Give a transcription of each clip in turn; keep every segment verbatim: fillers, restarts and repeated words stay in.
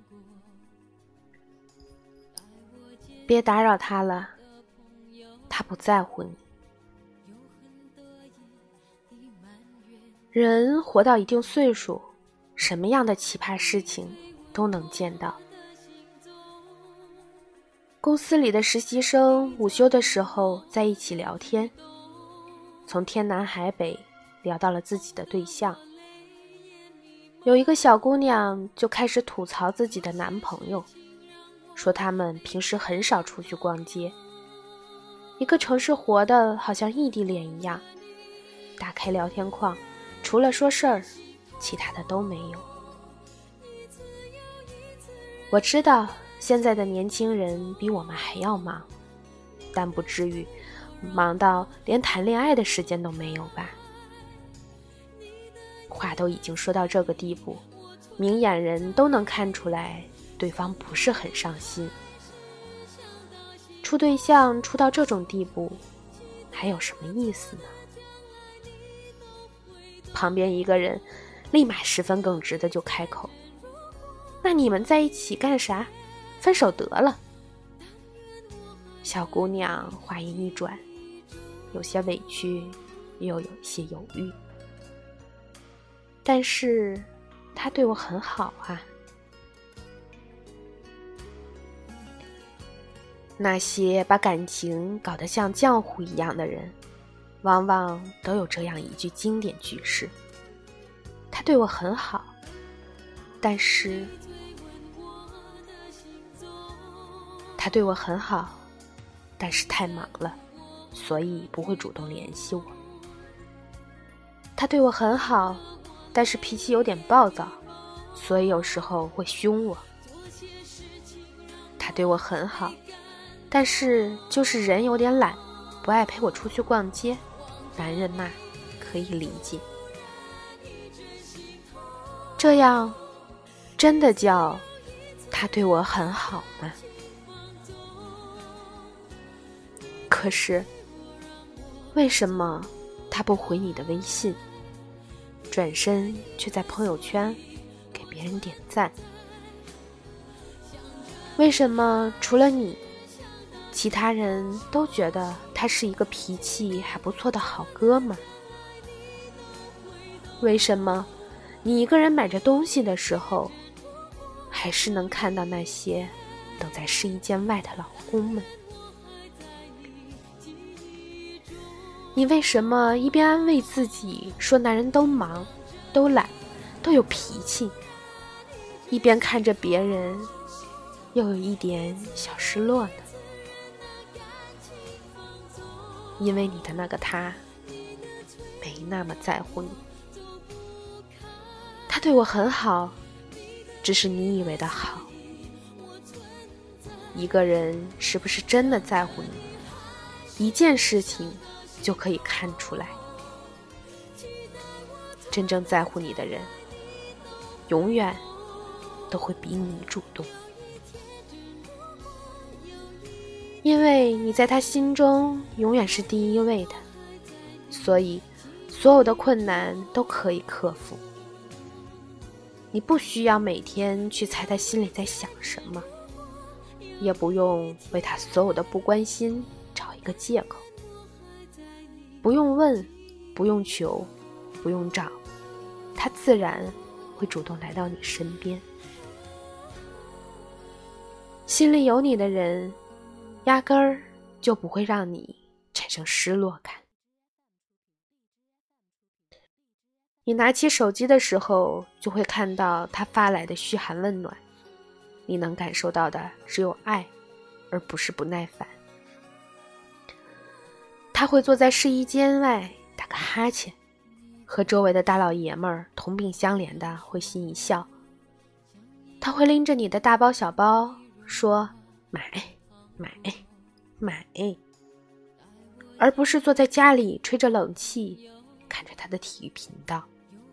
别打扰他了，他不在乎你。人活到一定岁数，什么样的奇葩事情都能见到。公司里的实习生午休的时候在一起聊天，从天南海北聊到了自己的对象。有一个小姑娘就开始吐槽自己的男朋友，说他们平时很少出去逛街，一个城市活得好像异地恋一样，打开聊天框，除了说事儿，其他的都没有。我知道现在的年轻人比我们还要忙，但不至于忙到连谈恋爱的时间都没有吧。话都已经说到这个地步，明眼人都能看出来对方不是很上心。处对象处到这种地步，还有什么意思呢？旁边一个人立马十分耿直的就开口，那你们在一起干啥？分手得了。小姑娘话音一转，有些委屈，又有一些犹豫。但是他对我很好啊。那些把感情搞得像浆糊一样的人，往往都有这样一句经典句式：他对我很好，但是他对我很好，但是太忙了，所以不会主动联系我。他对我很好，但是脾气有点暴躁，所以有时候会凶我。他对我很好，但是就是人有点懒，不爱陪我出去逛街，男人嘛，可以理解。这样真的叫他对我很好吗？可是为什么他不回你的微信，转身却在朋友圈给别人点赞？为什么除了你，其他人都觉得他是一个脾气还不错的好哥们？为什么你一个人买着东西的时候，还是能看到那些等在试衣间外的老公们？你为什么一边安慰自己说男人都忙，都懒，都有脾气，一边看着别人又有一点小失落呢？因为你的那个他没那么在乎你。他对我很好，只是你以为的好。一个人是不是真的在乎你，一件事情就可以看出来。真正在乎你的人，永远都会比你主动，因为你在他心中永远是第一位的，所以所有的困难都可以克服。你不需要每天去猜他心里在想什么，也不用为他所有的不关心找一个借口。不用问，不用求，不用找，他自然会主动来到你身边。心里有你的人，压根儿就不会让你产生失落感。你拿起手机的时候，就会看到他发来的嘘寒问暖，你能感受到的只有爱，而不是不耐烦。他会坐在试衣间外打个哈欠，和周围的大老爷们儿同病相怜的会心一笑。他会拎着你的大包小包说买买买，而不是坐在家里吹着冷气看着他的体育频道。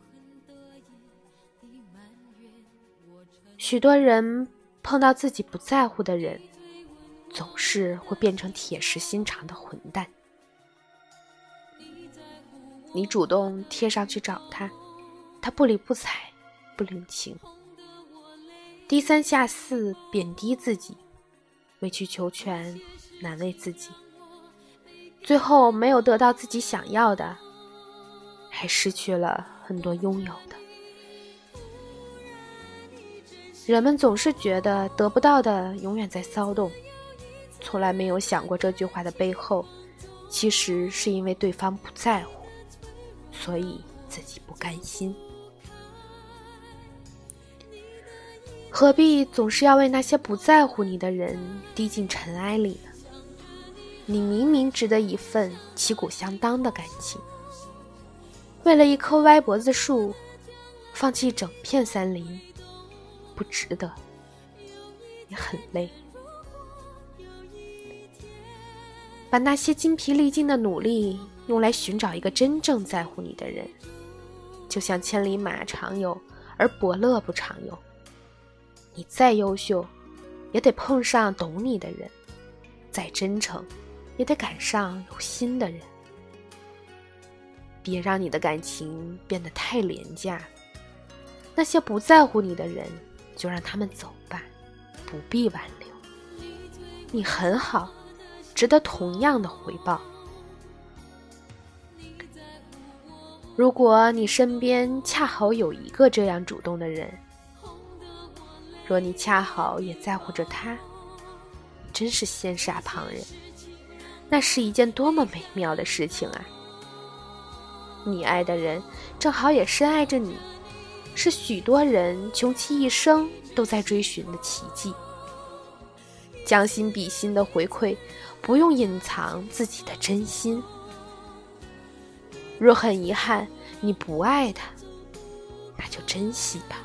许多人碰到自己不在乎的人，总是会变成铁石心肠的混蛋。你主动贴上去找他，他不理不睬，不领情。 低三下四，贬低自己，委曲求全，难为自己，最后没有得到自己想要的，还失去了很多拥有的。人们总是觉得得不到的永远在骚动，从来没有想过这句话的背后，其实是因为对方不在乎，所以自己不甘心。何必总是要为那些不在乎你的人滴进尘埃里呢？你明明值得一份旗鼓相当的感情，为了一棵歪脖子树放弃整片森林，不值得，也很累。把那些精疲力尽的努力用来寻找一个真正在乎你的人，就像千里马常有，而伯乐不常有。你再优秀，也得碰上懂你的人；再真诚，也得赶上有心的人。别让你的感情变得太廉价，那些不在乎你的人，就让他们走吧，不必挽留。你很好，值得同样的回报。如果你身边恰好有一个这样主动的人，若你恰好也在乎着他，真是羡煞旁人，那是一件多么美妙的事情啊！你爱的人正好也深爱着你，是许多人穷其一生都在追寻的奇迹。将心比心的回馈，不用隐藏自己的真心。若很遗憾你不爱他，那就珍惜吧。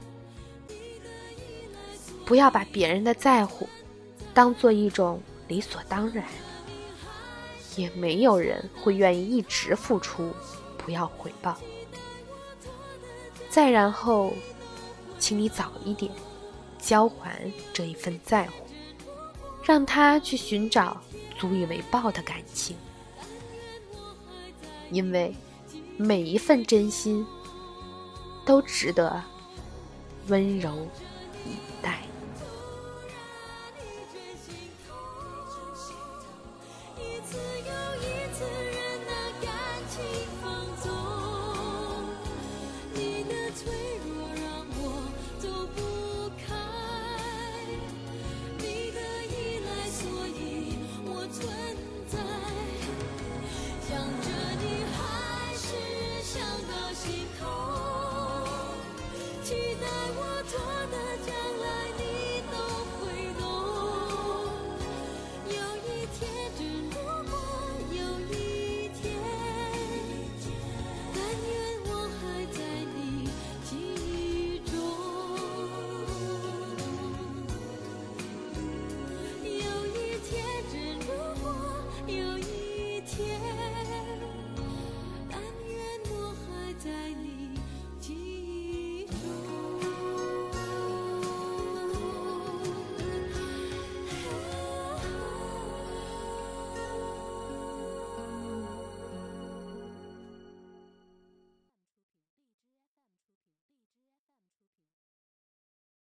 不要把别人的在乎当做一种理所当然，也没有人会愿意一直付出不要回报。再然后，请你早一点交还这一份在乎，让他去寻找足以为报的感情。因为每一份真心都值得温柔以待。